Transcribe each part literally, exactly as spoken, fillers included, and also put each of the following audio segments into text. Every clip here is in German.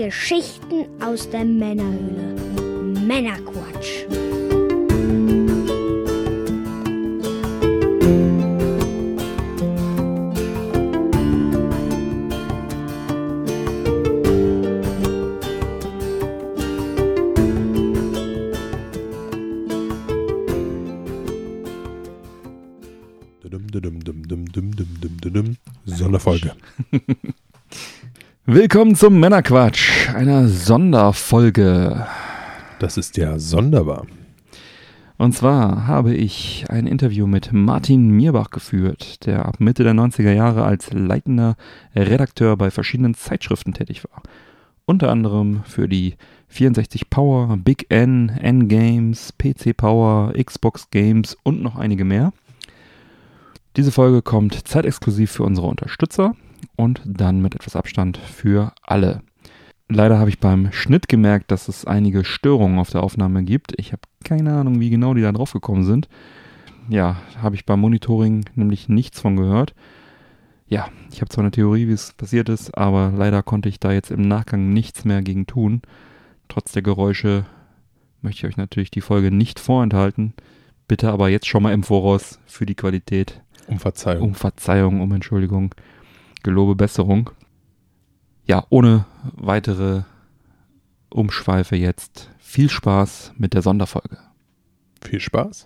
Geschichten aus der Männerhöhle. Männerquatsch. Sonderfolge. Willkommen zum Männerquatsch, einer Sonderfolge. Das ist ja sonderbar. Und zwar habe ich ein Interview mit Martin Mierbach geführt, der ab Mitte der neunziger Jahre als leitender Redakteur bei verschiedenen Zeitschriften tätig war. Unter anderem für die vierundsechzig Power, Big N, N-Games, P C Power, Xbox Games und noch einige mehr. Diese Folge kommt zeitexklusiv für unsere Unterstützer und dann mit etwas Abstand für alle. Leider habe ich beim Schnitt gemerkt, dass es einige Störungen auf der Aufnahme gibt. Ich habe keine Ahnung, wie genau die da drauf gekommen sind. Ja, habe ich beim Monitoring nämlich nichts von gehört. Ja, ich habe zwar eine Theorie, wie es passiert ist, aber leider konnte ich da jetzt im Nachgang nichts mehr gegen tun. Trotz der Geräusche möchte ich euch natürlich die Folge nicht vorenthalten. Bitte aber jetzt schon mal im Voraus für die Qualität. Um Verzeihung. Um Verzeihung, um Entschuldigung. Gelobe Besserung. Ja, ohne weitere Umschweife jetzt. Viel Spaß mit der Sonderfolge. Viel Spaß.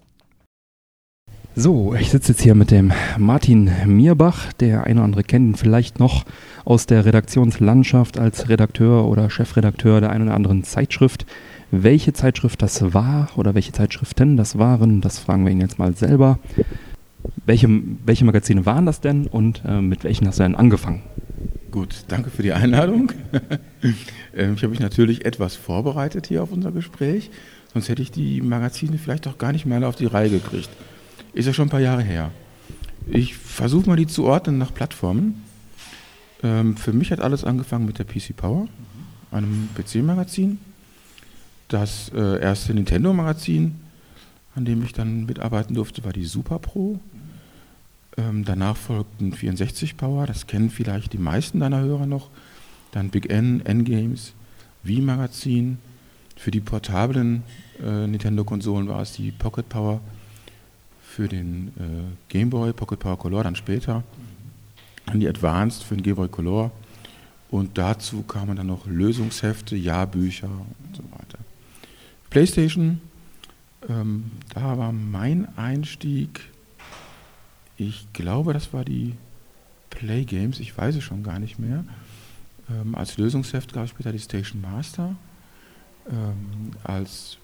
So, ich sitze jetzt hier mit dem Martin Mierbach. Der eine oder andere kennt ihn vielleicht noch aus der Redaktionslandschaft als Redakteur oder Chefredakteur der einen oder anderen Zeitschrift. Welche Zeitschrift das war oder welche Zeitschriften das waren, das fragen wir ihn jetzt mal selber. Welche, welche Magazine waren das denn und äh, mit welchen hast du denn angefangen? Gut, danke für die Einladung. ähm, ich habe mich natürlich etwas vorbereitet hier auf unser Gespräch, sonst hätte ich die Magazine vielleicht auch gar nicht mehr auf die Reihe gekriegt. Ist ja schon ein paar Jahre her. Ich versuche mal die zu ordnen nach Plattformen. Ähm, für mich hat alles angefangen mit der P C Power, einem P C-Magazin. Das äh, erste Nintendo-Magazin, an dem ich dann mitarbeiten durfte, war die Super Pro. Ähm, danach folgten vierundsechzig Power, das kennen vielleicht die meisten deiner Hörer noch. Dann Big N, N-Games, Wii-Magazin. Für die portablen äh, Nintendo-Konsolen war es die Pocket Power. Für den äh, Game Boy, Pocket Power Color, dann später. Dann die Advanced für den Game Boy Color. Und dazu kamen dann noch Lösungshefte, Jahrbücher und so weiter. PlayStation, ähm, da war mein Einstieg, ich glaube, das war die Play Games, ich weiß es schon gar nicht mehr. Ähm, als Lösungsheft gab es später die Station Master, ähm, als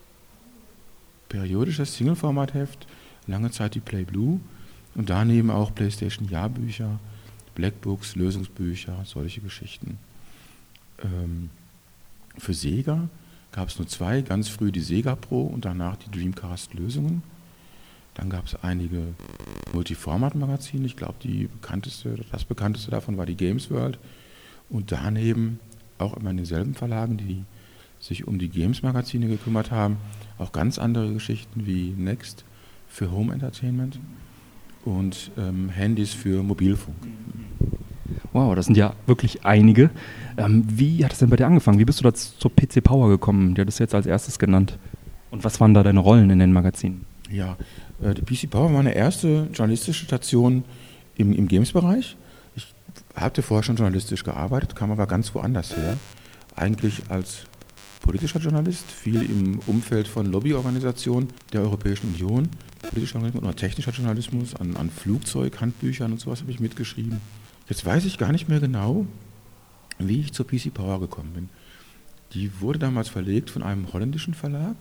periodisches Single-Format-Heft, lange Zeit die Play Blue und daneben auch PlayStation Jahrbücher, Blackbooks, Lösungsbücher, solche Geschichten. Ähm, für Sega gab es nur zwei, ganz früh die Sega Pro und danach die Dreamcast-Lösungen. Dann gab es einige Multiformat-Magazine, ich glaube, die bekannteste, das bekannteste davon war die Games World. Und daneben, auch immer in denselben Verlagen, die sich um die Games-Magazine gekümmert haben, auch ganz andere Geschichten wie Next für Home Entertainment und ähm, Handys für Mobilfunk. Wow, das sind ja wirklich einige. Ähm, wie hat es denn bei dir angefangen? Wie bist du da zur P C Power gekommen? Du hattest jetzt als erstes genannt. Und was waren da deine Rollen in den Magazinen? Ja, äh, die P C Power war meine erste journalistische Station im, im Games-Bereich. Ich hatte vorher schon journalistisch gearbeitet, kam aber ganz woanders her. Eigentlich als politischer Journalist, viel im Umfeld von Lobbyorganisationen der Europäischen Union, politischer Journalismus oder technischer Journalismus, an, an Flugzeughandbüchern und sowas habe ich mitgeschrieben. Jetzt weiß ich gar nicht mehr genau, wie ich zur P C Power gekommen bin. Die wurde damals verlegt von einem holländischen Verlag,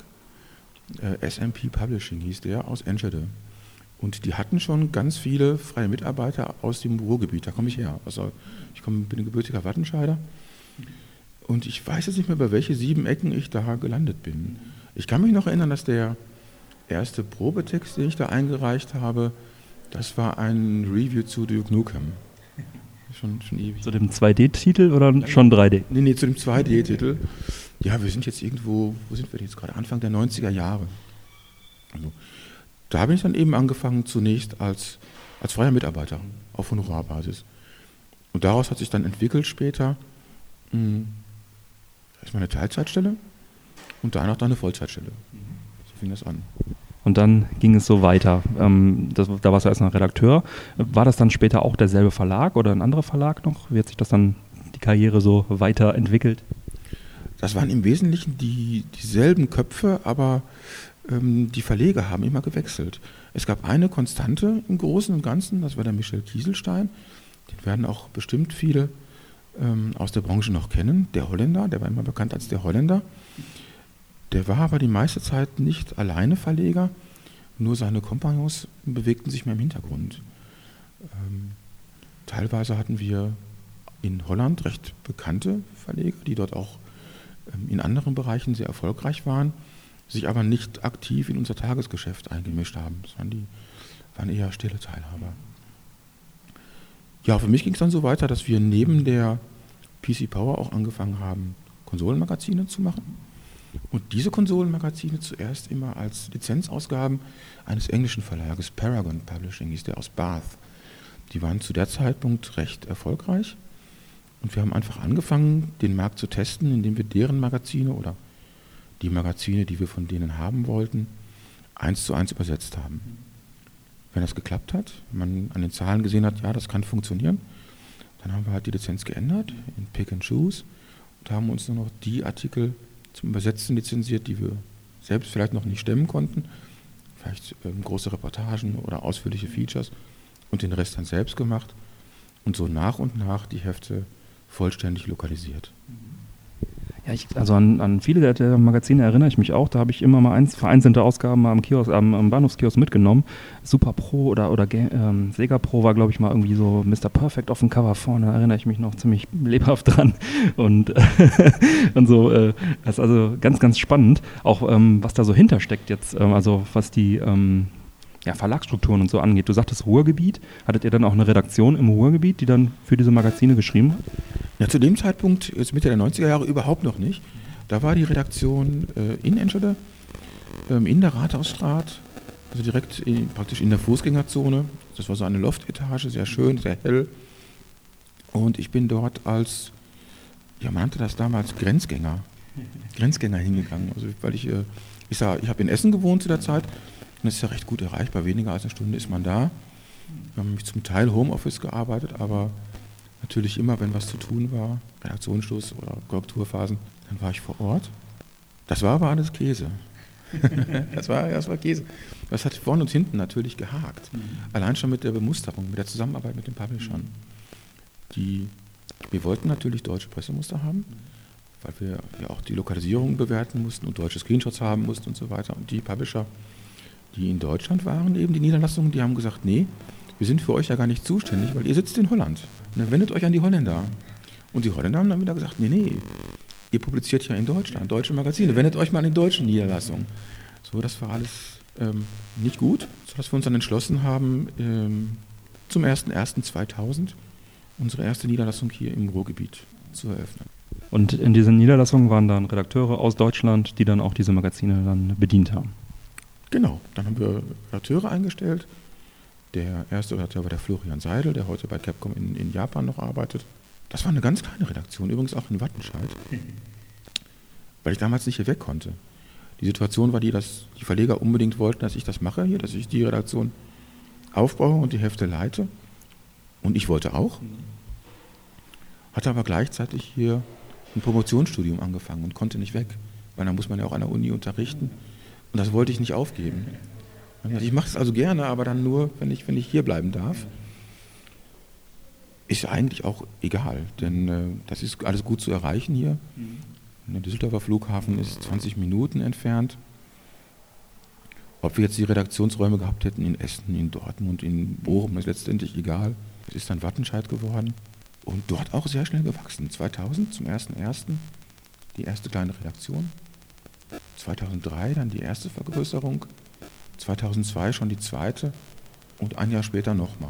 äh, S M P Publishing hieß der, aus Enschede. Und die hatten schon ganz viele freie Mitarbeiter aus dem Ruhrgebiet, da komme ich her. Also ich komm, bin ein gebürtiger Wattenscheider. Und ich weiß jetzt nicht mehr, bei welche sieben Ecken ich da gelandet bin. Ich kann mich noch erinnern, dass der erste Probetext, den ich da eingereicht habe, das war ein Review zu Duke Nukem. Schon, schon ewig. Zu dem zwei D-Titel oder schon drei D? Nee, nee, zu dem zwei D-Titel. Ja, wir sind jetzt irgendwo, wo sind wir jetzt gerade? Anfang der neunziger Jahre. Also, da habe ich dann eben angefangen, zunächst als, als freier Mitarbeiter auf Honorarbasis. Und daraus hat sich dann entwickelt später, mh, erstmal eine Teilzeitstelle und danach dann eine Vollzeitstelle. So fing das an. Und dann ging es so weiter. Ähm, das, da warst du erst noch Redakteur. War das dann später auch derselbe Verlag oder ein anderer Verlag noch? Wie hat sich das dann, die Karriere so weiterentwickelt? Das waren im Wesentlichen die, dieselben Köpfe, aber ähm, die Verleger haben immer gewechselt. Es gab eine Konstante im Großen und Ganzen, das war der Michel Kieselstein. Den werden auch bestimmt viele ähm, aus der Branche noch kennen. Der Holländer, der war immer bekannt als der Holländer. Der war aber die meiste Zeit nicht alleine Verleger, nur seine Kompagnons bewegten sich mehr im Hintergrund. Ähm, teilweise hatten wir in Holland recht bekannte Verleger, die dort auch ähm, in anderen Bereichen sehr erfolgreich waren, sich aber nicht aktiv in unser Tagesgeschäft eingemischt haben. Das waren, die, waren eher stille Teilhaber. Ja, für mich ging es dann so weiter, dass wir neben der P C Power auch angefangen haben, Konsolenmagazine zu machen. Und diese Konsolenmagazine zuerst immer als Lizenzausgaben eines englischen Verlages, Paragon Publishing, hieß der aus Bath. Die waren zu der Zeitpunkt recht erfolgreich und wir haben einfach angefangen, den Markt zu testen, indem wir deren Magazine oder die Magazine, die wir von denen haben wollten, eins zu eins übersetzt haben. Wenn das geklappt hat, wenn man an den Zahlen gesehen hat, ja, das kann funktionieren, dann haben wir halt die Lizenz geändert in Pick and Choose und haben uns nur noch die Artikel zum Übersetzen lizenziert, die wir selbst vielleicht noch nicht stemmen konnten, vielleicht ähm, große Reportagen oder ausführliche Features und den Rest dann selbst gemacht und so nach und nach die Hefte vollständig lokalisiert. Ja, ich, also an, an viele der, der Magazine erinnere ich mich auch. Da habe ich immer mal eins, vereinzelte Ausgaben mal am, Kiosk, am, am Bahnhofskiosk mitgenommen. Super Pro oder, oder ähm, Sega Pro war, glaube ich, mal irgendwie so Mister Perfect auf dem Cover vorne. Da erinnere ich mich noch ziemlich lebhaft dran. Und, und so, äh, das ist also ganz, ganz spannend. Auch ähm, was da so hintersteckt jetzt, ähm, also was die ähm, ja, Verlagsstrukturen und so angeht. Du sagtest Ruhrgebiet. Hattet ihr dann auch eine Redaktion im Ruhrgebiet, die dann für diese Magazine geschrieben hat? Ja, zu dem Zeitpunkt, jetzt Mitte der neunziger Jahre, überhaupt noch nicht. Da war die Redaktion äh, in Enschede, ähm, in der Rathausstraat, also direkt in, praktisch in der Fußgängerzone. Das war so eine Loftetage, sehr schön, sehr hell. Und ich bin dort als, ja, man nannte das damals Grenzgänger, Grenzgänger hingegangen. Also weil ich, äh, ich sag, ich habe in Essen gewohnt zu der Zeit und das ist ja recht gut erreichbar. Weniger als eine Stunde ist man da. Wir haben nämlich zum Teil Homeoffice gearbeitet, aber natürlich immer, wenn was zu tun war, Redaktionsschluss oder Korrekturphasen, dann war ich vor Ort. Das war aber alles Käse. das, war, das war Käse. Das hat vorne und hinten natürlich gehakt. Mhm. Allein schon mit der Bemusterung, mit der Zusammenarbeit mit den Publishern. Die, wir wollten natürlich deutsche Pressemuster haben, weil wir ja auch die Lokalisierung bewerten mussten und deutsche Screenshots haben mussten und so weiter. Und die Publisher, die in Deutschland waren, eben die Niederlassungen, die haben gesagt, nee, wir sind für euch ja gar nicht zuständig, weil ihr sitzt in Holland. Und dann wendet euch an die Holländer. Und die Holländer haben dann wieder gesagt, nee, nee, ihr publiziert ja in Deutschland, deutsche Magazine, wendet euch mal an die deutschen Niederlassungen. So, das war alles ähm, nicht gut, sodass wir uns dann entschlossen haben, ähm, zum ersten ersten zweitausend unsere erste Niederlassung hier im Ruhrgebiet zu eröffnen. Und in diesen Niederlassungen waren dann Redakteure aus Deutschland, die dann auch diese Magazine dann bedient haben? Genau, dann haben wir Redakteure eingestellt. Der erste Redakteur war der Florian Seidel, der heute bei Capcom in, in Japan noch arbeitet. Das war eine ganz kleine Redaktion, übrigens auch in Wattenscheid, weil ich damals nicht hier weg konnte. Die Situation war die, dass die Verleger unbedingt wollten, dass ich das mache hier, dass ich die Redaktion aufbaue und die Hefte leite. Und ich wollte auch. Hatte aber gleichzeitig hier ein Promotionsstudium angefangen und konnte nicht weg, weil dann muss man ja auch an der Uni unterrichten. Und das wollte ich nicht aufgeben. Ich mache es also gerne, aber dann nur, wenn ich, wenn ich hier bleiben darf. Ist ja eigentlich auch egal, denn äh, das ist alles gut zu erreichen hier. Der Düsseldorfer Flughafen ist zwanzig Minuten entfernt. Ob wir jetzt die Redaktionsräume gehabt hätten in Essen, in Dortmund, in Bochum, ist letztendlich egal. Es ist dann Wattenscheid geworden und dort auch sehr schnell gewachsen. zweitausend zum ersten ersten die erste kleine Redaktion. zweitausenddrei dann die erste Vergrößerung. zweitausendzwei schon die zweite und ein Jahr später nochmal.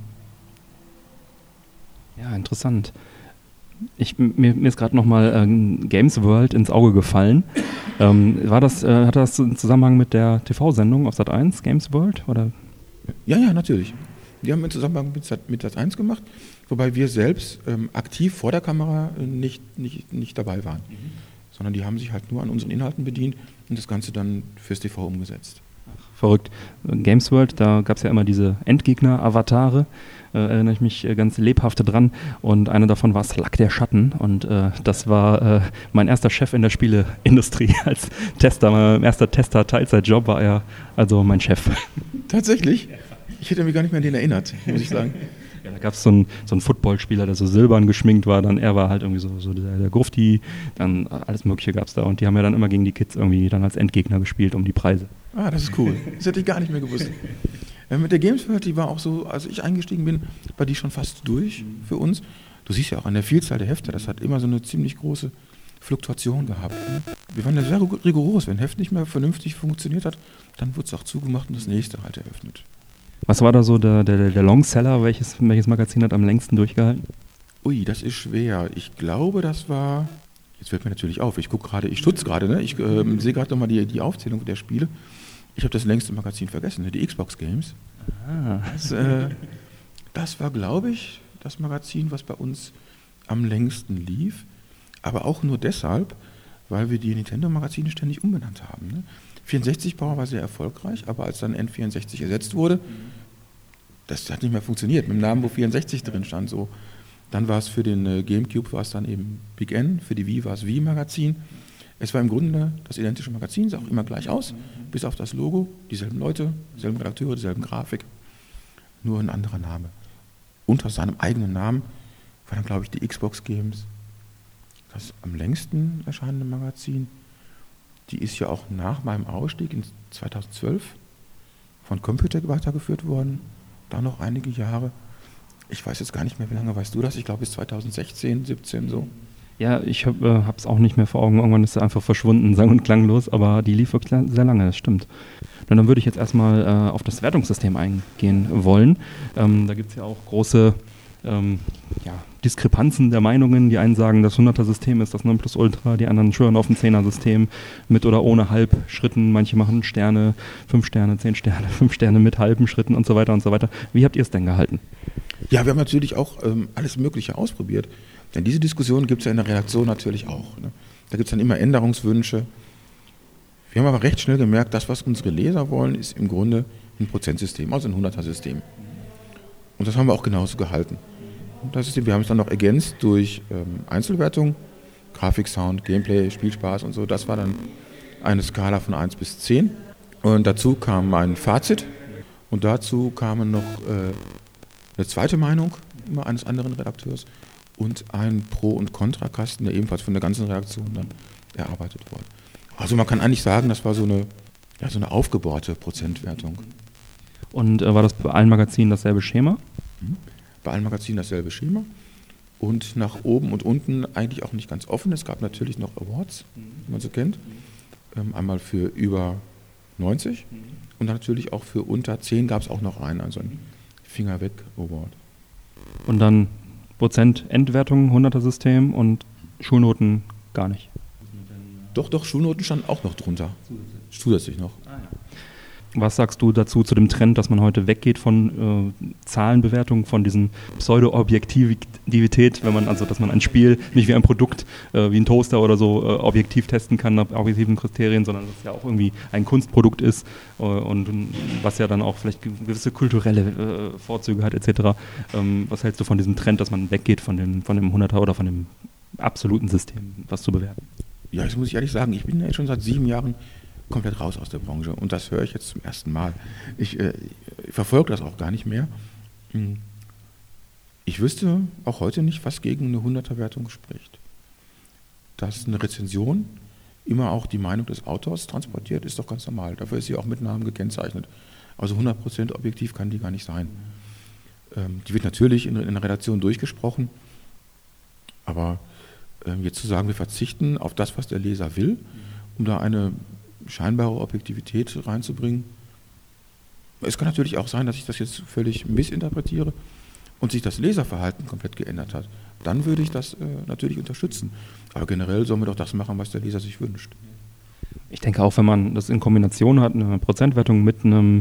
Ja, interessant. Ich, mir, mir ist gerade nochmal äh, Games World ins Auge gefallen. Ähm, war das, äh, hatte das einen Zusammenhang mit der T V-Sendung auf Sat eins, Games World? Oder? Ja, ja, natürlich. Die haben wir in Zusammenhang mit Sat, mit Sat eins gemacht, wobei wir selbst ähm, aktiv vor der Kamera nicht, nicht, nicht dabei waren. Mhm. sondern die haben sich halt nur an unseren Inhalten bedient und das Ganze dann fürs T V umgesetzt. Verrückt. Games World, da gab es ja immer diese Endgegner-Avatare, äh, erinnere ich mich äh, ganz lebhaft dran. Und einer davon war Slug der Schatten. Und äh, das war äh, mein erster Chef in der Spieleindustrie als Tester. Mein erster Tester-Teilzeitjob war er also mein Chef. Tatsächlich? Ich hätte mich gar nicht mehr an den erinnert, muss ich sagen. Ja, da gab es so einen so einen Footballspieler, der so silbern geschminkt war, dann er war halt irgendwie so, so der, der Grufti, dann alles Mögliche gab es da und die haben ja dann immer gegen die Kids irgendwie dann als Endgegner gespielt um die Preise. Ah, das ist cool. Das hätte ich gar nicht mehr gewusst. Äh, mit der Games World, die war auch so, als ich eingestiegen bin, war die schon fast durch für uns. Du siehst ja auch an der Vielzahl der Hefte, das hat immer so eine ziemlich große Fluktuation gehabt. Ne? Wir waren ja sehr rigoros, wenn ein Heft nicht mehr vernünftig funktioniert hat, dann wurde es auch zugemacht und das nächste halt eröffnet. Was war da so der, der, der Longseller? Welches, welches Magazin hat am längsten durchgehalten? Ui, das ist schwer. Ich glaube, das war, jetzt fällt mir natürlich auf, ich gucke gerade, ich stutze gerade, ne? ich äh, sehe gerade nochmal die, die Aufzählung der Spiele. Ich habe das längste Magazin vergessen, ne? Die Xbox Games. Ah. Das, äh, das war, glaube ich, das Magazin, was bei uns am längsten lief. Aber auch nur deshalb, weil wir die Nintendo-Magazine ständig umbenannt haben. Ne? vierundsechzig Power war sehr erfolgreich, aber als dann N vierundsechzig ersetzt wurde, das hat nicht mehr funktioniert, mit dem Namen, wo vierundsechzig drin stand. So. Dann war es für den äh, Gamecube, war es dann eben Big N, für die Wii war es Wii-Magazin. Es war im Grunde das identische Magazin, sah auch immer gleich aus, bis auf das Logo, dieselben Leute, dieselben Redakteure, dieselben Grafik, nur ein anderer Name. Unter seinem eigenen Namen war dann, glaube ich, die Xbox Games das am längsten erscheinende Magazin. Die ist ja auch nach meinem Ausstieg in zweitausendzwölf von Computec weitergeführt worden. Da noch einige Jahre. Ich weiß jetzt gar nicht mehr, wie lange weißt du das? Ich glaube bis zweitausendsechzehn, siebzehn so. Ja, ich habe es äh, auch nicht mehr vor Augen. Irgendwann ist sie einfach verschwunden, sang- und klanglos, aber die lief wirklich sehr lange, das stimmt. Und dann würde ich jetzt erstmal äh, auf das Wertungssystem eingehen wollen. Ähm, da gibt es ja auch große ähm, ja, Diskrepanzen der Meinungen. Die einen sagen, das hunderter-System ist das Nonplusultra, die anderen schwören auf ein Zehner-System mit oder ohne Halbschritten. Manche machen Sterne, fünf Sterne, zehn Sterne, fünf Sterne mit halben Schritten und so weiter und so weiter. Wie habt ihr es denn gehalten? Ja, wir haben natürlich auch ähm, alles Mögliche ausprobiert. Denn diese Diskussion gibt es ja in der Redaktion natürlich auch. Ne? Da gibt es dann immer Änderungswünsche. Wir haben aber recht schnell gemerkt, das, was unsere Leser wollen, ist im Grunde ein Prozentsystem, also ein hunderter-System. Und das haben wir auch genauso gehalten. Und das ist, wir haben es dann noch ergänzt durch ähm, Einzelwertung, Grafik, Sound, Gameplay, Spielspaß und so. Das war dann eine Skala von eins bis zehn. Und dazu kam ein Fazit und dazu kamen noch äh, eine zweite Meinung immer eines anderen Redakteurs und ein Pro- und Kontrakasten, der ebenfalls von der ganzen Redaktion dann erarbeitet wurde. Also man kann eigentlich sagen, das war so eine, ja, so eine aufgebohrte Prozentwertung. Und äh, war das bei allen Magazinen dasselbe Schema? Mhm. Bei allen Magazinen dasselbe Schema und nach oben und unten eigentlich auch nicht ganz offen. Es gab natürlich noch Awards, wie man so kennt. Ähm, einmal für über neunzig und dann natürlich auch für unter zehn gab es auch noch einen, also ein Finger weg Award. Und dann Prozent Endwertung, hunderter-System und Schulnoten gar nicht? Doch, doch, Schulnoten standen auch noch drunter. Zusätzlich, Zusätzlich noch. Ah, ja. Was sagst du dazu, zu dem Trend, dass man heute weggeht von äh, Zahlenbewertung, von diesen Pseudo-Objektivität, wenn man, also dass man ein Spiel nicht wie ein Produkt, äh, wie ein Toaster oder so, äh, objektiv testen kann nach objektiven Kriterien, sondern dass es ja auch irgendwie ein Kunstprodukt ist äh, und was ja dann auch vielleicht gewisse kulturelle äh, Vorzüge hat et cetera. Ähm, was hältst du von diesem Trend, dass man weggeht von dem, von dem hunderter oder von dem absoluten System, was zu bewerten? Ja, das muss ich ehrlich sagen, ich bin ja jetzt schon seit sieben Jahren komplett raus aus der Branche und das höre ich jetzt zum ersten Mal. Ich, äh, ich verfolge das auch gar nicht mehr. Ich wüsste auch heute nicht, was gegen eine hunderter-Wertung spricht. Dass eine Rezension immer auch die Meinung des Autors transportiert, ist doch ganz normal. Dafür ist sie auch mit Namen gekennzeichnet. Also hundert Prozent objektiv kann die gar nicht sein. Ähm, die wird natürlich in, in der Redaktion durchgesprochen, aber ähm, jetzt zu sagen, wir verzichten auf das, was der Leser will, um da eine scheinbare Objektivität reinzubringen. Es kann natürlich auch sein, dass ich das jetzt völlig missinterpretiere und sich das Leserverhalten komplett geändert hat. Dann würde ich das äh, natürlich unterstützen. Aber generell sollen wir doch das machen, was der Leser sich wünscht. Ich denke auch, wenn man das in Kombination hat, eine Prozentwertung mit einem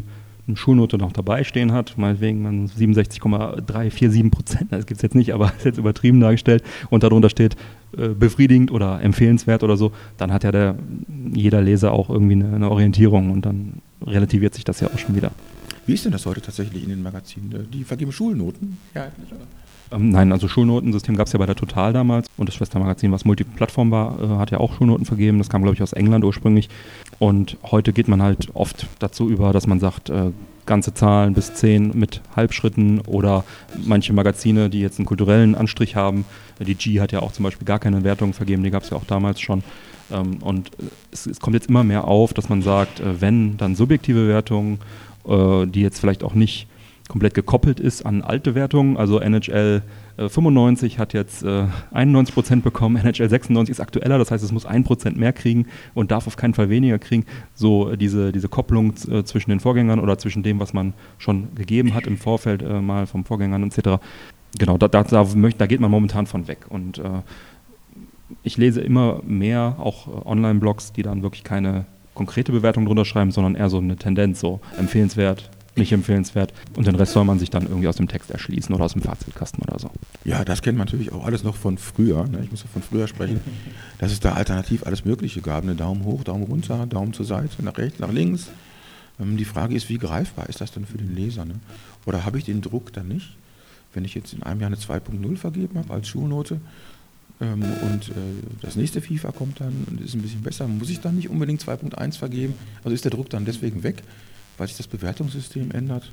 eine Schulnote noch dabei stehen hat, meinetwegen man siebenundsechzig Komma drei vier sieben Prozent, das gibt es jetzt nicht, aber ist jetzt übertrieben dargestellt und darunter steht äh, befriedigend oder empfehlenswert oder so, dann hat ja der, jeder Leser auch irgendwie eine, eine Orientierung und dann relativiert sich das ja auch schon wieder. Wie ist denn das heute tatsächlich in den Magazinen? Die vergeben Schulnoten? Ja, nicht, oder? Ähm, nein, also Schulnotensystem gab es ja bei der Total damals und das Schwestermagazin, was Multiplattform war, äh, hat ja auch Schulnoten vergeben. Das kam, glaube ich, aus England ursprünglich. Und heute geht man halt oft dazu über, dass man sagt, äh, ganze Zahlen bis zehn mit Halbschritten oder manche Magazine, die jetzt einen kulturellen Anstrich haben. Die G hat ja auch zum Beispiel gar keine Wertung vergeben, die gab es ja auch damals schon. Ähm, und es, es kommt jetzt immer mehr auf, dass man sagt, äh, wenn, dann subjektive Wertungen, äh, die jetzt vielleicht auch nicht komplett gekoppelt ist an alte Wertungen, also N H L äh, fünfundneunzig hat jetzt äh, einundneunzig Prozent bekommen, N H L sechsundneunzig ist aktueller, das heißt, es muss ein Prozent mehr kriegen und darf auf keinen Fall weniger kriegen. So äh, diese, diese Kopplung äh, zwischen den Vorgängern oder zwischen dem, was man schon gegeben hat im Vorfeld äh, mal vom Vorgängern et cetera. Genau, da, da, da, möcht, da geht man momentan von weg und äh, ich lese immer mehr auch äh, Online-Blogs, die dann wirklich keine konkrete Bewertung drunter schreiben, sondern eher so eine Tendenz, so empfehlenswert, nicht empfehlenswert und den Rest soll man sich dann irgendwie aus dem Text erschließen oder aus dem Fazitkasten oder so. Ja, das kennt man natürlich auch alles noch von früher, ne? Ich muss ja von früher sprechen, dass es da alternativ alles Mögliche gab, ne? Daumen hoch, Daumen runter, Daumen zur Seite, nach rechts, nach links. Ähm, die Frage ist, wie greifbar ist das denn für den Leser? Ne? Oder habe ich den Druck dann nicht, wenn ich jetzt in einem Jahr eine zwei Punkt null vergeben habe als Schulnote ähm, und äh, das nächste FIFA kommt dann und ist ein bisschen besser, muss ich dann nicht unbedingt zwei Punkt eins vergeben? Also ist der Druck dann deswegen weg, weil sich das Bewertungssystem ändert?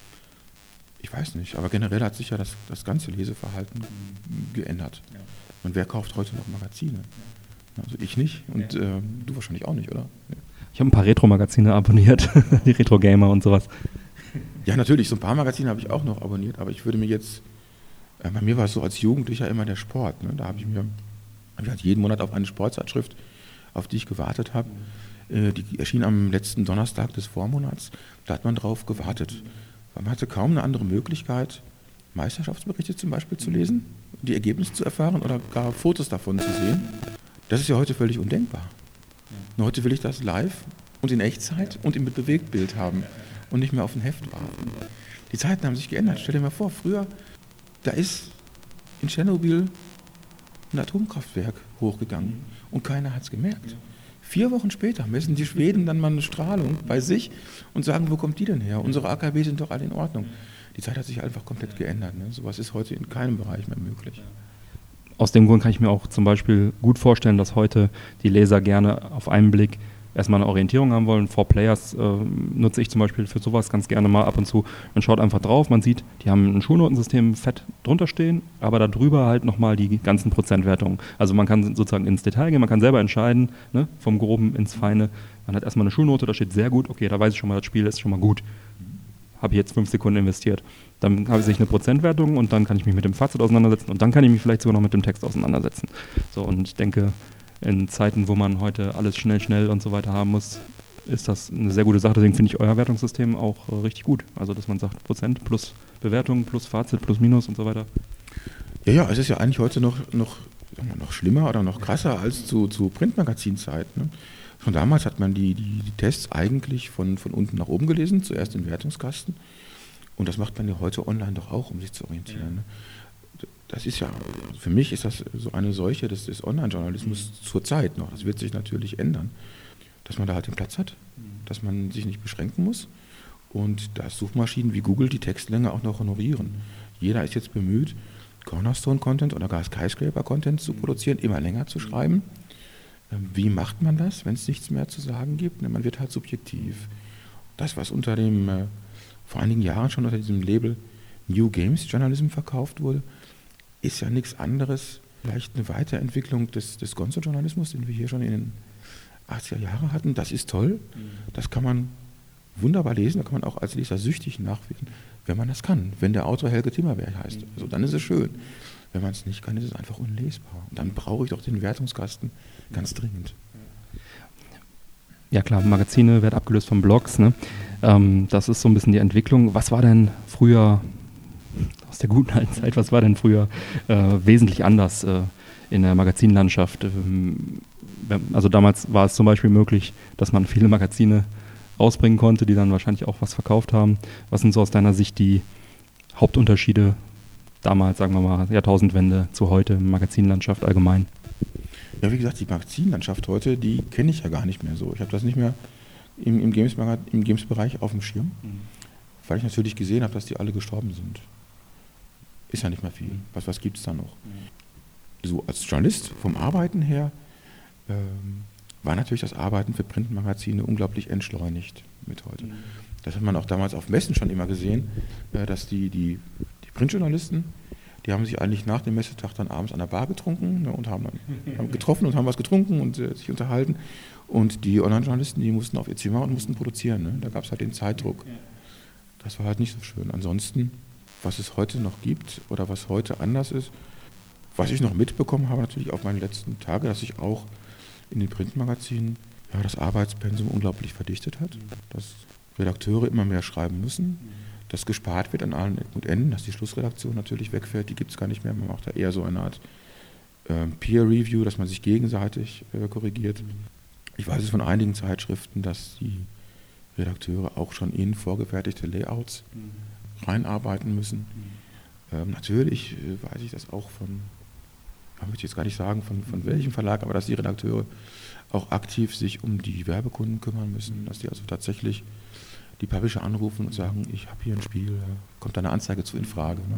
Ich weiß nicht, aber generell hat sich ja das, das ganze Leseverhalten geändert. Ja. Und wer kauft heute noch Magazine? Also ich nicht und äh, du wahrscheinlich auch nicht, oder? Ja. Ich habe ein paar Retro-Magazine abonniert, die Retro-Gamer und sowas. Ja, natürlich, so ein paar Magazine habe ich auch noch abonniert, aber ich würde mir jetzt, äh, bei mir war es so als Jugendlicher immer der Sport. Ne? Da habe ich mir hab ich halt jeden Monat auf eine Sportzeitschrift, auf die ich gewartet habe. Die erschien am letzten Donnerstag des Vormonats. Da hat man drauf gewartet. Man hatte kaum eine andere Möglichkeit, Meisterschaftsberichte zum Beispiel zu lesen, die Ergebnisse zu erfahren oder gar Fotos davon zu sehen. Das ist ja heute völlig undenkbar. Nur heute will ich das live und in Echtzeit und im Bewegtbild haben und nicht mehr auf ein Heft warten. Die Zeiten haben sich geändert. Stell dir mal vor, früher, da ist in Tschernobyl ein Atomkraftwerk hochgegangen und keiner hat es gemerkt. Vier Wochen später messen die Schweden dann mal eine Strahlung bei sich und sagen, wo kommt die denn her? Unsere A K W sind doch alle in Ordnung. Die Zeit hat sich einfach komplett geändert. Ne? Sowas ist heute in keinem Bereich mehr möglich. Aus dem Grund kann ich mir auch zum Beispiel gut vorstellen, dass heute die Leser gerne auf einen Blick erstmal eine Orientierung haben wollen. Four Players äh, nutze ich zum Beispiel für sowas ganz gerne mal ab und zu. Man schaut einfach drauf, man sieht, die haben ein Schulnotensystem fett drunter stehen, aber darüber halt nochmal die ganzen Prozentwertungen. Also man kann sozusagen ins Detail gehen, man kann selber entscheiden, ne, vom Groben ins Feine. Man hat erstmal eine Schulnote, da steht sehr gut, okay, da weiß ich schon mal, das Spiel ist schon mal gut. Habe ich jetzt fünf Sekunden investiert. Dann habe ich eine Prozentwertung und dann kann ich mich mit dem Fazit auseinandersetzen und dann kann ich mich vielleicht sogar noch mit dem Text auseinandersetzen. So, und ich denke, in Zeiten, wo man heute alles schnell, schnell und so weiter haben muss, ist das eine sehr gute Sache. Deswegen finde ich euer Wertungssystem auch äh, richtig gut. Also, dass man sagt, Prozent plus Bewertung plus Fazit plus Minus und so weiter. Ja, ja, es ist ja eigentlich heute noch, noch, sagen wir, noch schlimmer oder noch krasser als zu, zu Printmagazinzeiten. Ne? Schon damals hat man die, die, die Tests eigentlich von, von unten nach oben gelesen, zuerst im Wertungskasten. Und das macht man ja heute online doch auch, um sich zu orientieren. Ne? Das ist ja, für mich ist das so eine Seuche des, des Online-Journalismus zur Zeit noch. Das wird sich natürlich ändern, dass man da halt den Platz hat, dass man sich nicht beschränken muss und dass Suchmaschinen wie Google die Textlänge auch noch honorieren. Jeder ist jetzt bemüht, Cornerstone-Content oder gar Skyscraper-Content zu produzieren, immer länger zu schreiben. Wie macht man das, wenn es nichts mehr zu sagen gibt? Man wird halt subjektiv. Das, was unter dem, vor einigen Jahren schon unter diesem Label New Games Journalism verkauft wurde, ist ja nichts anderes, vielleicht eine Weiterentwicklung des, des Gonzo-Journalismus, den wir hier schon in den achtziger Jahren hatten. Das ist toll, das kann man wunderbar lesen, da kann man auch als Leser süchtig nachwählen, wenn man das kann, wenn der Autor Helge Timmerberg heißt. Also dann ist es schön. Wenn man es nicht kann, ist es einfach unlesbar. Und dann brauche ich doch den Wertungskasten ganz dringend. Ja klar, Magazine werden abgelöst von Blogs. Ne? Ähm, das ist so ein bisschen die Entwicklung. Was war denn früher, aus der guten alten Zeit, was war denn früher äh, wesentlich anders äh, in der Magazinlandschaft? Ähm, also damals war es zum Beispiel möglich, dass man viele Magazine rausbringen konnte, die dann wahrscheinlich auch was verkauft haben. Was sind so aus deiner Sicht die Hauptunterschiede damals, sagen wir mal, Jahrtausendwende zu heute, Magazinlandschaft allgemein? Ja, wie gesagt, die Magazinlandschaft heute, die kenne ich ja gar nicht mehr so. Ich habe das nicht mehr im, im, Games, im Games-Bereich auf dem Schirm, mhm. weil ich natürlich gesehen habe, dass die alle gestorben sind. Ist ja nicht mehr viel. Was, was gibt es da noch? Mhm. So als Journalist vom Arbeiten her ähm, war natürlich das Arbeiten für Printmagazine unglaublich entschleunigt mit heute. Mhm. Das hat man auch damals auf Messen schon immer gesehen, äh, dass die, die, die Printjournalisten, die haben sich eigentlich nach dem Messetag dann abends an der Bar getrunken, ne, und haben dann haben getroffen und haben was getrunken und äh, sich unterhalten. Und die Online-Journalisten, die mussten auf ihr Zimmer und mussten produzieren. Ne? Da gab es halt den Zeitdruck. Das war halt nicht so schön. Ansonsten, was es heute noch gibt oder was heute anders ist, was ich noch mitbekommen habe, natürlich auf meinen letzten Tagen, dass sich auch in den Printmagazinen ja, das Arbeitspensum unglaublich verdichtet hat, dass Redakteure immer mehr schreiben müssen, dass gespart wird an allen Ecken und Enden, dass die Schlussredaktion natürlich wegfällt, die gibt es gar nicht mehr, man macht da eher so eine Art äh, Peer-Review, dass man sich gegenseitig äh, korrigiert. Ich weiß es von einigen Zeitschriften, dass die Redakteure auch schon in vorgefertigte Layouts reinarbeiten müssen. Ähm, natürlich äh, weiß ich das auch von, ich möchte jetzt gar nicht sagen, von, von welchem Verlag, aber dass die Redakteure auch aktiv sich um die Werbekunden kümmern müssen, dass die also tatsächlich die Publisher anrufen und sagen, ich habe hier ein Spiel, kommt da eine Anzeige zu in Frage. Ne?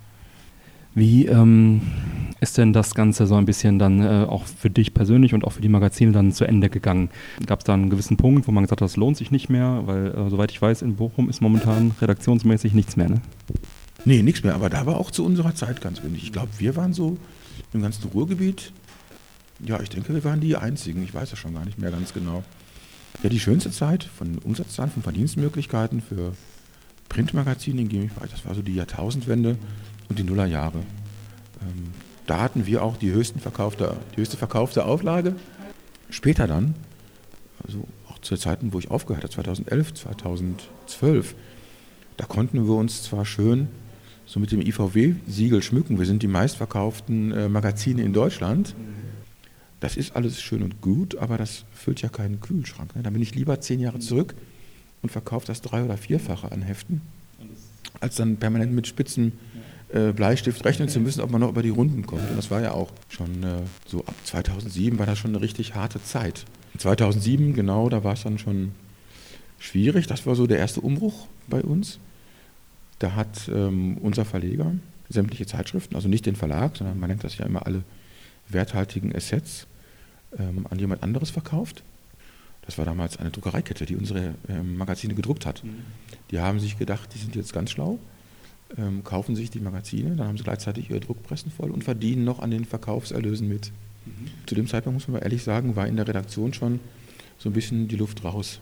Wie ähm, ist denn das Ganze so ein bisschen dann äh, auch für dich persönlich und auch für die Magazine dann zu Ende gegangen? Gab es da einen gewissen Punkt, wo man gesagt hat, das lohnt sich nicht mehr, weil äh, soweit ich weiß, in Bochum ist momentan redaktionsmäßig nichts mehr, ne? Nee, nichts mehr, aber da war auch zu unserer Zeit ganz wenig. Ich glaube, wir waren so im ganzen Ruhrgebiet, ja, ich denke, wir waren die Einzigen, ich weiß das schon gar nicht mehr ganz genau. Ja, die schönste Zeit von Umsatzzahlen, von Verdienstmöglichkeiten für Printmagazine in Gaming-Bereich, das war so die Jahrtausendwende und die Nullerjahre. Ähm, da hatten wir auch die, höchsten verkaufte, die höchste verkaufte Auflage. Später dann, also auch zu Zeiten, wo ich aufgehört habe, zweitausendelf, zweitausendzwölf, da konnten wir uns zwar schön so mit dem I V W-Siegel schmücken, wir sind die meistverkauften äh, Magazine in Deutschland. Das ist alles schön und gut, aber das füllt ja keinen Kühlschrank. Ne? Da bin ich lieber zehn Jahre zurück und verkaufe das drei- oder vierfache an Heften, als dann permanent mit spitzen äh, Bleistift rechnen zu müssen, ob man noch über die Runden kommt. Und das war ja auch schon äh, so ab zweitausendsieben war das schon eine richtig harte Zeit. zweitausendsieben, genau, da war es dann schon schwierig. Das war so der erste Umbruch bei uns. Da hat ähm, unser Verleger sämtliche Zeitschriften, also nicht den Verlag, sondern man nennt das ja immer alle werthaltigen Assets, ähm, an jemand anderes verkauft. Das war damals eine Druckereikette, die unsere ähm, Magazine gedruckt hat. Mhm. Die haben sich gedacht, die sind jetzt ganz schlau, ähm, kaufen sich die Magazine, dann haben sie gleichzeitig ihre Druckpressen voll und verdienen noch an den Verkaufserlösen mit. Mhm. Zu dem Zeitpunkt, muss man mal ehrlich sagen, war in der Redaktion schon so ein bisschen die Luft raus.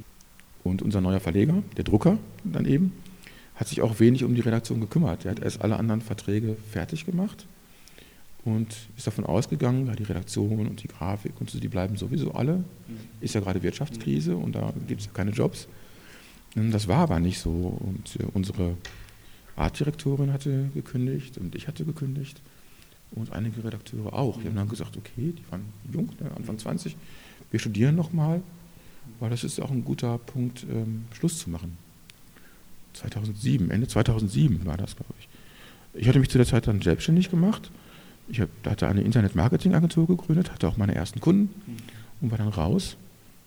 Und unser neuer Verleger, der Drucker dann eben, hat sich auch wenig um die Redaktion gekümmert. Er hat erst alle anderen Verträge fertig gemacht und ist davon ausgegangen, ja, die Redaktion und die Grafik und so, die bleiben sowieso alle. Ist ja gerade Wirtschaftskrise und da gibt es ja keine Jobs. Das war aber nicht so. Und unsere Artdirektorin hatte gekündigt und ich hatte gekündigt und einige Redakteure auch. Die haben dann gesagt, okay, die waren jung, ne, Anfang zwanzig, wir studieren nochmal, weil das ist auch ein guter Punkt, ähm, Schluss zu machen. zweitausendsieben, Ende zweitausendsieben war das, glaube ich. Ich hatte mich zu der Zeit dann selbstständig gemacht. Ich hab, hatte eine Internet-Marketing-Agentur gegründet, hatte auch meine ersten Kunden und war dann raus.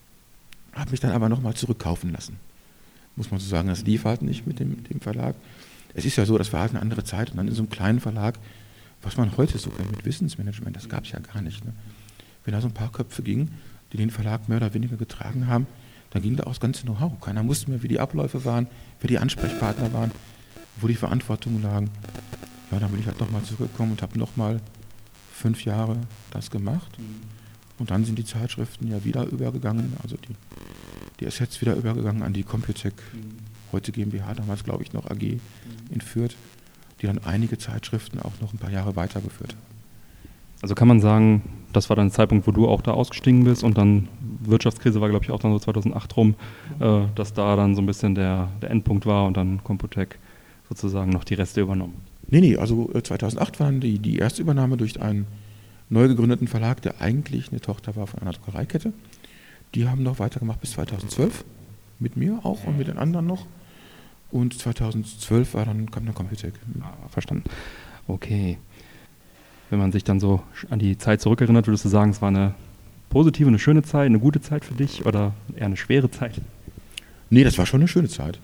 Habe mich dann aber nochmal zurückkaufen lassen. Muss man so sagen, das lief halt nicht mit dem, dem Verlag. Es ist ja so, das war halt eine andere Zeit und dann in so einem kleinen Verlag, was man heute so kennt mit Wissensmanagement, das gab es ja gar nicht. Ne? Wenn da so ein paar Köpfe gingen, die den Verlag mehr oder weniger getragen haben, dann ging da auch das ganze Know-how. Keiner wusste mehr, wie die Abläufe waren, wer die Ansprechpartner waren, wo die Verantwortungen lagen. Ja, dann bin ich halt nochmal zurückgekommen und habe nochmal fünf Jahre das gemacht. Und dann sind die Zeitschriften ja wieder übergegangen, also die, die Assets wieder übergegangen an die Computec, heute GmbH, damals glaube ich noch A G in Fürth, die dann einige Zeitschriften auch noch ein paar Jahre weitergeführt haben. Also kann man sagen, das war dann der Zeitpunkt, wo du auch da ausgestiegen bist und dann Wirtschaftskrise war, glaube ich, auch dann so zweitausendacht rum, äh, dass da dann so ein bisschen der, der Endpunkt war und dann Computec sozusagen noch die Reste übernommen. Nee, nee, also zweitausendacht war dann die, die erste Übernahme durch einen neu gegründeten Verlag, der eigentlich eine Tochter war von einer Druckereikette. Die haben noch weitergemacht bis zweitausendzwölf. mit mir auch und mit den anderen noch. Und zweitausendzwölf war dann, kam dann Computec. Ah, verstanden. Okay. Wenn man sich dann so an die Zeit zurückerinnert, würdest du sagen, es war eine positive, eine schöne Zeit, eine gute Zeit für dich oder eher eine schwere Zeit? Nee, das war schon eine schöne Zeit.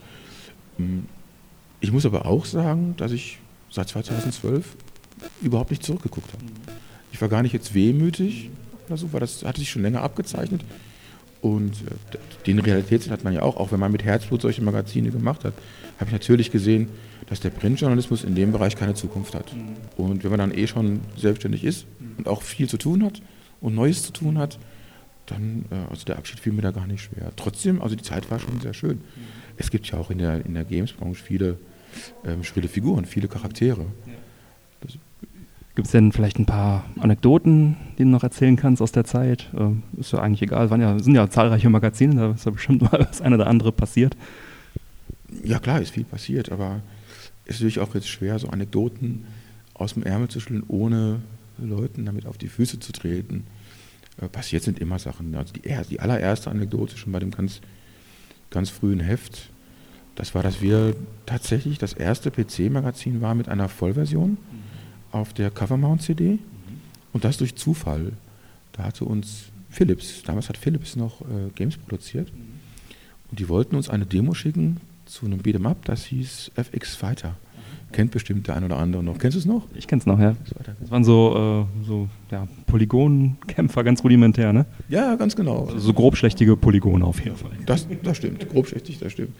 Ich muss aber auch sagen, dass ich seit zweitausendzwölf überhaupt nicht zurückgeguckt habe. Ich war gar nicht jetzt wehmütig oder so, weil das hatte sich schon länger abgezeichnet. Und den Realitätssinn hat man ja auch, auch wenn man mit Herzblut solche Magazine gemacht hat, habe ich natürlich gesehen, dass der Printjournalismus in dem Bereich keine Zukunft hat. Und wenn man dann eh schon selbstständig ist und auch viel zu tun hat und Neues zu tun hat, dann, also der Abschied fiel mir da gar nicht schwer. Trotzdem, also die Zeit war schon sehr schön. Es gibt ja auch in der, in der Games-Branche viele ähm, schrille Figuren, viele Charaktere. Gibt es denn vielleicht ein paar Anekdoten, die du noch erzählen kannst aus der Zeit? Ähm, ist ja eigentlich egal, waren ja, sind ja zahlreiche Magazine, da ist ja bestimmt mal das eine oder andere passiert. Ja klar, ist viel passiert, aber es ist natürlich auch jetzt schwer, so Anekdoten aus dem Ärmel zu schütteln, ohne Leuten damit auf die Füße zu treten. Äh, passiert sind immer Sachen. Also die, die allererste Anekdote schon bei dem ganz, ganz frühen Heft, das war, dass wir tatsächlich das erste P C-Magazin waren mit einer Vollversion mhm. auf der Covermount-C D mhm. und das durch Zufall. Da hatte uns Philips, damals hat Philips noch äh, Games produziert mhm. und die wollten uns eine Demo schicken zu einem Beat'em-up, das hieß F X Fighter. Mhm. Kennt bestimmt der ein oder andere noch. Kennst du es noch? Ich kenn's noch, ja. Das waren so, äh, so ja, Polygonkämpfer, ganz rudimentär, ne? Ja, ganz genau. Also so grobschlächtige Polygone auf jeden Fall. Das, das stimmt, grobschlächtig, das stimmt.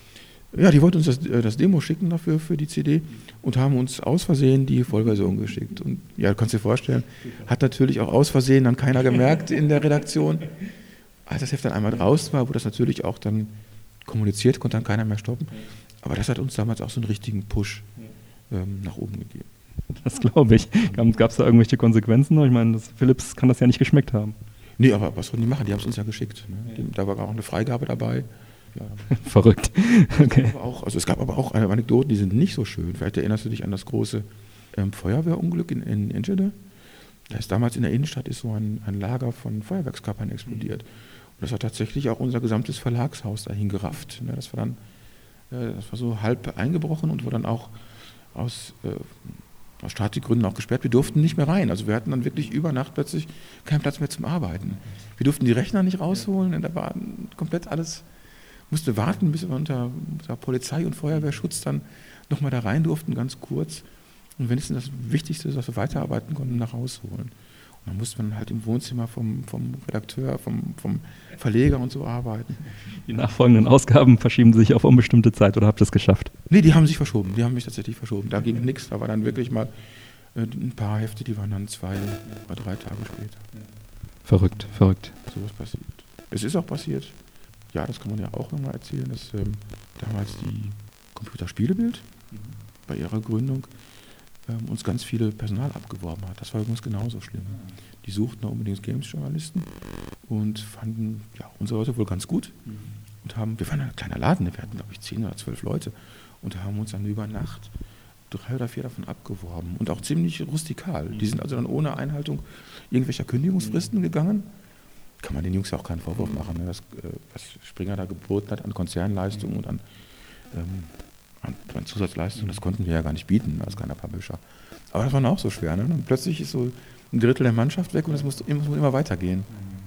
Ja, die wollten uns das, das Demo schicken dafür, für die C D und haben uns aus Versehen die Vollversion geschickt. Und ja, du kannst dir vorstellen, hat natürlich auch aus Versehen dann keiner gemerkt in der Redaktion. Als das Heft dann einmal draußen war, wurde das natürlich auch dann kommuniziert, konnte dann keiner mehr stoppen. Aber das hat uns damals auch so einen richtigen Push ähm, nach oben gegeben. Das glaube ich. Gab es da irgendwelche Konsequenzen? Ich meine, das, Philips kann das ja nicht geschmeckt haben. Nee, aber was sollen die machen? Die haben es uns ja geschickt. Ne? Da war auch eine Freigabe dabei. Ja. Verrückt. Okay. Aber auch, also es gab aber auch Anekdoten, die sind nicht so schön. Vielleicht erinnerst du dich an das große ähm, Feuerwehrunglück in, in Enschede. Da ist damals in der Innenstadt ist so ein, ein Lager von Feuerwerkskörpern explodiert. Und das hat tatsächlich auch unser gesamtes Verlagshaus dahin gerafft. Ne? Das war dann äh, das war so halb eingebrochen und wurde dann auch aus, äh, aus Statikgründen auch gesperrt. Wir durften nicht mehr rein. Also wir hatten dann wirklich über Nacht plötzlich keinen Platz mehr zum Arbeiten. Wir durften die Rechner nicht rausholen. Da war komplett alles, musste warten, bis wir unter, unter Polizei und Feuerwehrschutz dann nochmal da rein durften, ganz kurz. Und wenigstens das Wichtigste, was wir weiterarbeiten konnten, nach Hause holen. Und dann musste man halt im Wohnzimmer vom, vom Redakteur, vom, vom Verleger und so arbeiten. Die nachfolgenden Ausgaben verschieben sich auf unbestimmte Zeit oder habt ihr es geschafft? Nee, die haben sich verschoben. Die haben mich tatsächlich verschoben. Da ging nichts. Da war dann wirklich mal äh, ein paar Hefte, die waren dann zwei oder drei Tage später. Verrückt, verrückt. So was passiert. Es ist auch passiert. Ja, das kann man ja auch nochmal erzählen, dass ähm, damals die Computerspielebild mhm. bei ihrer Gründung ähm, uns ganz viele Personal abgeworben hat. Das war übrigens genauso schlimm. Die suchten unbedingt Games-Journalisten und fanden ja, unsere Leute wohl ganz gut. Mhm. Und haben, wir waren ein kleiner Laden, wir hatten glaube ich zehn oder zwölf Leute und haben uns dann über Nacht drei oder vier davon abgeworben und auch ziemlich rustikal. Mhm. Die sind also dann ohne Einhaltung irgendwelcher Kündigungsfristen mhm. gegangen. Kann man den Jungs ja auch keinen Vorwurf machen, ne? das, was Springer da geboten hat an Konzernleistungen und an, ähm, an, an Zusatzleistungen, das konnten wir ja gar nicht bieten als kleiner Publisher. Aber das war dann auch so schwer. Ne? Und plötzlich ist so ein Drittel der Mannschaft weg und es muss immer, immer weitergehen.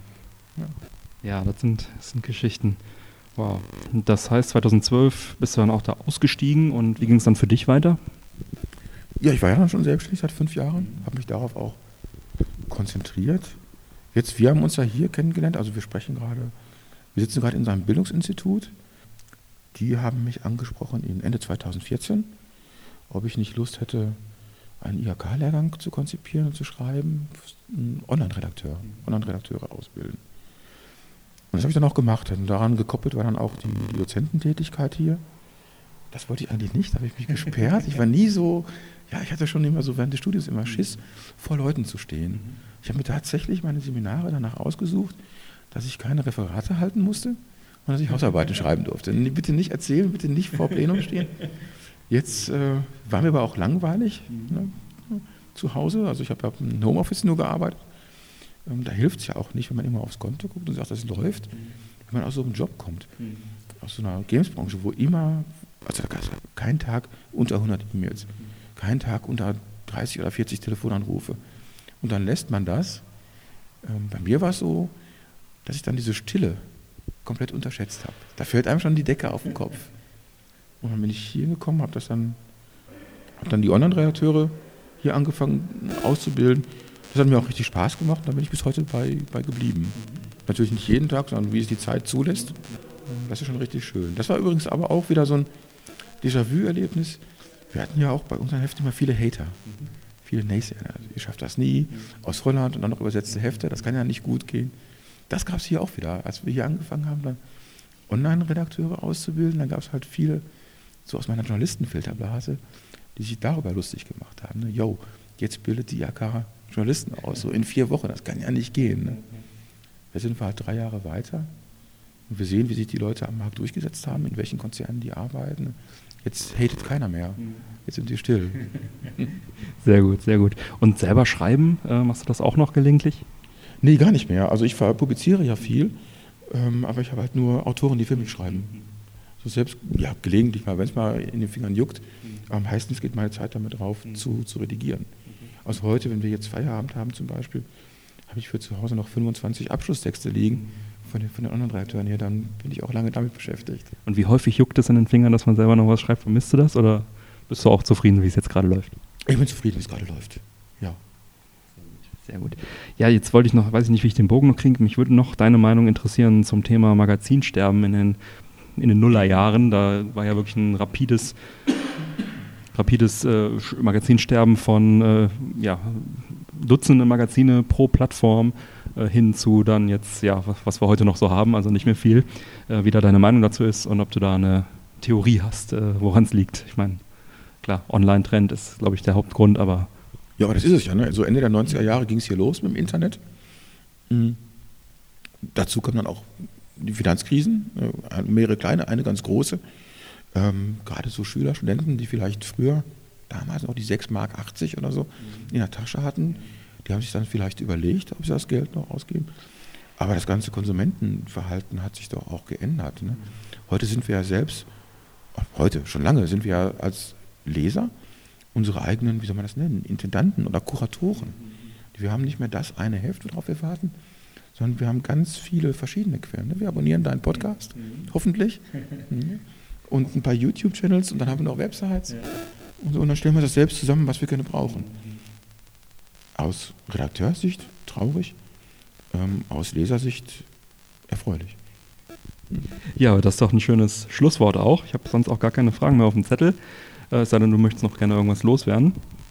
Ja, ja das, sind, das sind Geschichten. Wow. Das heißt, zweitausendzwölf bist du dann auch da ausgestiegen und wie ging es dann für dich weiter? Ja, ich war ja dann schon selbstständig seit fünf Jahren, habe mich darauf auch konzentriert. Jetzt, wir haben uns ja hier kennengelernt, also wir sprechen gerade, wir sitzen gerade in seinem Bildungsinstitut. Die haben mich angesprochen in Ende zweitausendvierzehn, ob ich nicht Lust hätte, einen I H K-Lehrgang zu konzipieren und zu schreiben, einen Online-Redakteur, Online-Redakteure ausbilden. Und das habe ich dann auch gemacht. Und daran gekoppelt war dann auch die, die Dozententätigkeit hier. Das wollte ich eigentlich nicht, da habe ich mich gesperrt. Ich war nie so, ja, ich hatte schon immer so während des Studiums immer Schiss, vor Leuten zu stehen. Ich habe mir tatsächlich meine Seminare danach ausgesucht, dass ich keine Referate halten musste und dass ich Hausarbeiten schreiben durfte. Bitte nicht erzählen, bitte nicht vor Plenum stehen. Jetzt äh, war mir aber auch langweilig ne, zu Hause. Also ich habe ja im Homeoffice nur gearbeitet. Ähm, da hilft es ja auch nicht, wenn man immer aufs Konto guckt und sagt, das läuft. wenn man aus so einem Job kommt, mhm. aus so einer Games-Branche, wo immer, also da gab es keinen Tag unter hundert E-Mails, mhm. keinen Tag unter dreißig oder vierzig Telefonanrufe. Und dann lässt man das. Ähm, bei mir war es so, dass ich dann diese Stille komplett unterschätzt habe. Da fällt einem schon die Decke auf den Kopf. Und dann bin ich hier gekommen, habe das dann, habe dann die Online-Redakteure hier angefangen auszubilden. Das hat mir auch richtig Spaß gemacht und da bin ich bis heute bei, bei geblieben. Mhm. Natürlich nicht jeden Tag, sondern wie es die Zeit zulässt. Das ist schon richtig schön. Das war übrigens aber auch wieder so ein Déjà-vu-Erlebnis. Wir hatten ja auch bei unseren Heften immer viele Hater. Mhm. Viele Naysayer. Also, ihr schafft das nie. Mhm. Aus Holland und dann noch übersetzte Hefte. Das kann ja nicht gut gehen. Das gab es hier auch wieder. Als wir hier angefangen haben, dann Online-Redakteure auszubilden, dann gab es halt viele, so aus meiner Journalistenfilterblase, die sich darüber lustig gemacht haben. Ne? Yo, jetzt bildet die I A K Journalisten aus, so in vier Wochen. Das kann ja nicht gehen. Ne? Jetzt sind wir halt drei Jahre weiter und wir sehen, wie sich die Leute am Markt durchgesetzt haben, in welchen Konzernen die arbeiten. Jetzt hatet keiner mehr. Jetzt sind die still. Sehr gut, sehr gut. Und selber schreiben, äh, machst du das auch noch gelegentlich? Nee, gar nicht mehr. Also ich publiziere ja viel, ähm, aber ich habe halt nur Autoren, die für mich schreiben. So selbst, ja, gelegentlich mal, wenn es mal in den Fingern juckt, aber meistens geht meine Zeit damit drauf, zu, zu redigieren. Also heute, wenn wir jetzt Feierabend haben zum Beispiel, habe ich für zu Hause noch fünfundzwanzig Abschlusstexte liegen von den, von den anderen Redakteuren hier, dann bin ich auch lange damit beschäftigt. Und wie häufig juckt es in den Fingern, dass man selber noch was schreibt? Vermisst du das oder bist du auch zufrieden, wie es jetzt gerade läuft? Ich bin zufrieden, wie es gerade läuft, ja. Sehr gut. Ja, jetzt wollte ich noch, weiß ich nicht, wie ich den Bogen noch kriege, mich würde noch deine Meinung interessieren zum Thema Magazinsterben in den, in den Nullerjahren. Da war ja wirklich ein rapides, rapides äh, Magazinsterben von äh, ja, Dutzende Magazine pro Plattform äh, hin zu dann jetzt, ja, was, was wir heute noch so haben, also nicht mehr viel, äh, wie da deine Meinung dazu ist und ob du da eine Theorie hast, äh, woran es liegt. Ich meine, klar, Online-Trend ist, glaube ich, der Hauptgrund, aber ja, aber das ist es ja. Ne? Also Ende der neunziger Jahre ging es hier los mit dem Internet. Mhm. Dazu kamen dann auch die Finanzkrisen, äh, mehrere kleine, eine ganz große. Ähm, gerade so Schüler, Studenten, die vielleicht früher, damals noch die sechs Mark achtzig oder so mhm. in der Tasche hatten, die haben sich dann vielleicht überlegt, ob sie das Geld noch ausgeben. Aber das ganze Konsumentenverhalten hat sich doch auch geändert. Ne? Heute sind wir ja selbst, heute, schon lange, sind wir ja als Leser unsere eigenen, wie soll man das nennen, Intendanten oder Kuratoren. Wir haben nicht mehr das eine Heft, worauf wir warten, sondern wir haben ganz viele verschiedene Quellen. Wir abonnieren deinen Podcast, mhm. hoffentlich, und ein paar YouTube-Channels und dann haben wir noch Websites. Ja. Und, so, und dann stellen wir das selbst zusammen, was wir gerne brauchen. Aus Redakteurssicht traurig, ähm, aus Lesersicht erfreulich. Ja, aber das ist doch ein schönes Schlusswort auch. Ich habe sonst auch gar keine Fragen mehr auf dem Zettel. Äh, es sei denn, du möchtest noch gerne irgendwas loswerden.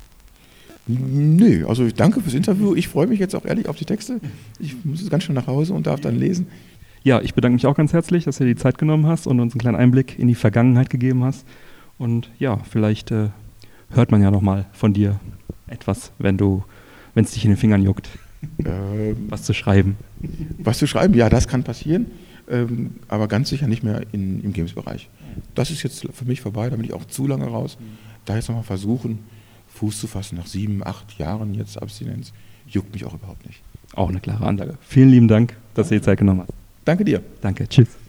Nö, also ich danke fürs Interview. Ich freue mich jetzt auch ehrlich auf die Texte. Ich muss jetzt ganz schnell nach Hause und darf dann lesen. Ja, ich bedanke mich auch ganz herzlich, dass du dir die Zeit genommen hast und uns einen kleinen Einblick in die Vergangenheit gegeben hast. Und ja, vielleicht äh, hört man ja nochmal von dir etwas, wenn du, wenn es dich in den Fingern juckt, ähm, was zu schreiben. Was zu schreiben, ja, das kann passieren, ähm, aber ganz sicher nicht mehr in, im Games-Bereich. Das ist jetzt für mich vorbei, da bin ich auch zu lange raus. Da jetzt nochmal versuchen, Fuß zu fassen nach sieben, acht Jahren jetzt Abstinenz, juckt mich auch überhaupt nicht. Auch eine klare Ansage. Vielen lieben Dank, dass du dir die Zeit genommen hast. Danke dir. Danke, tschüss.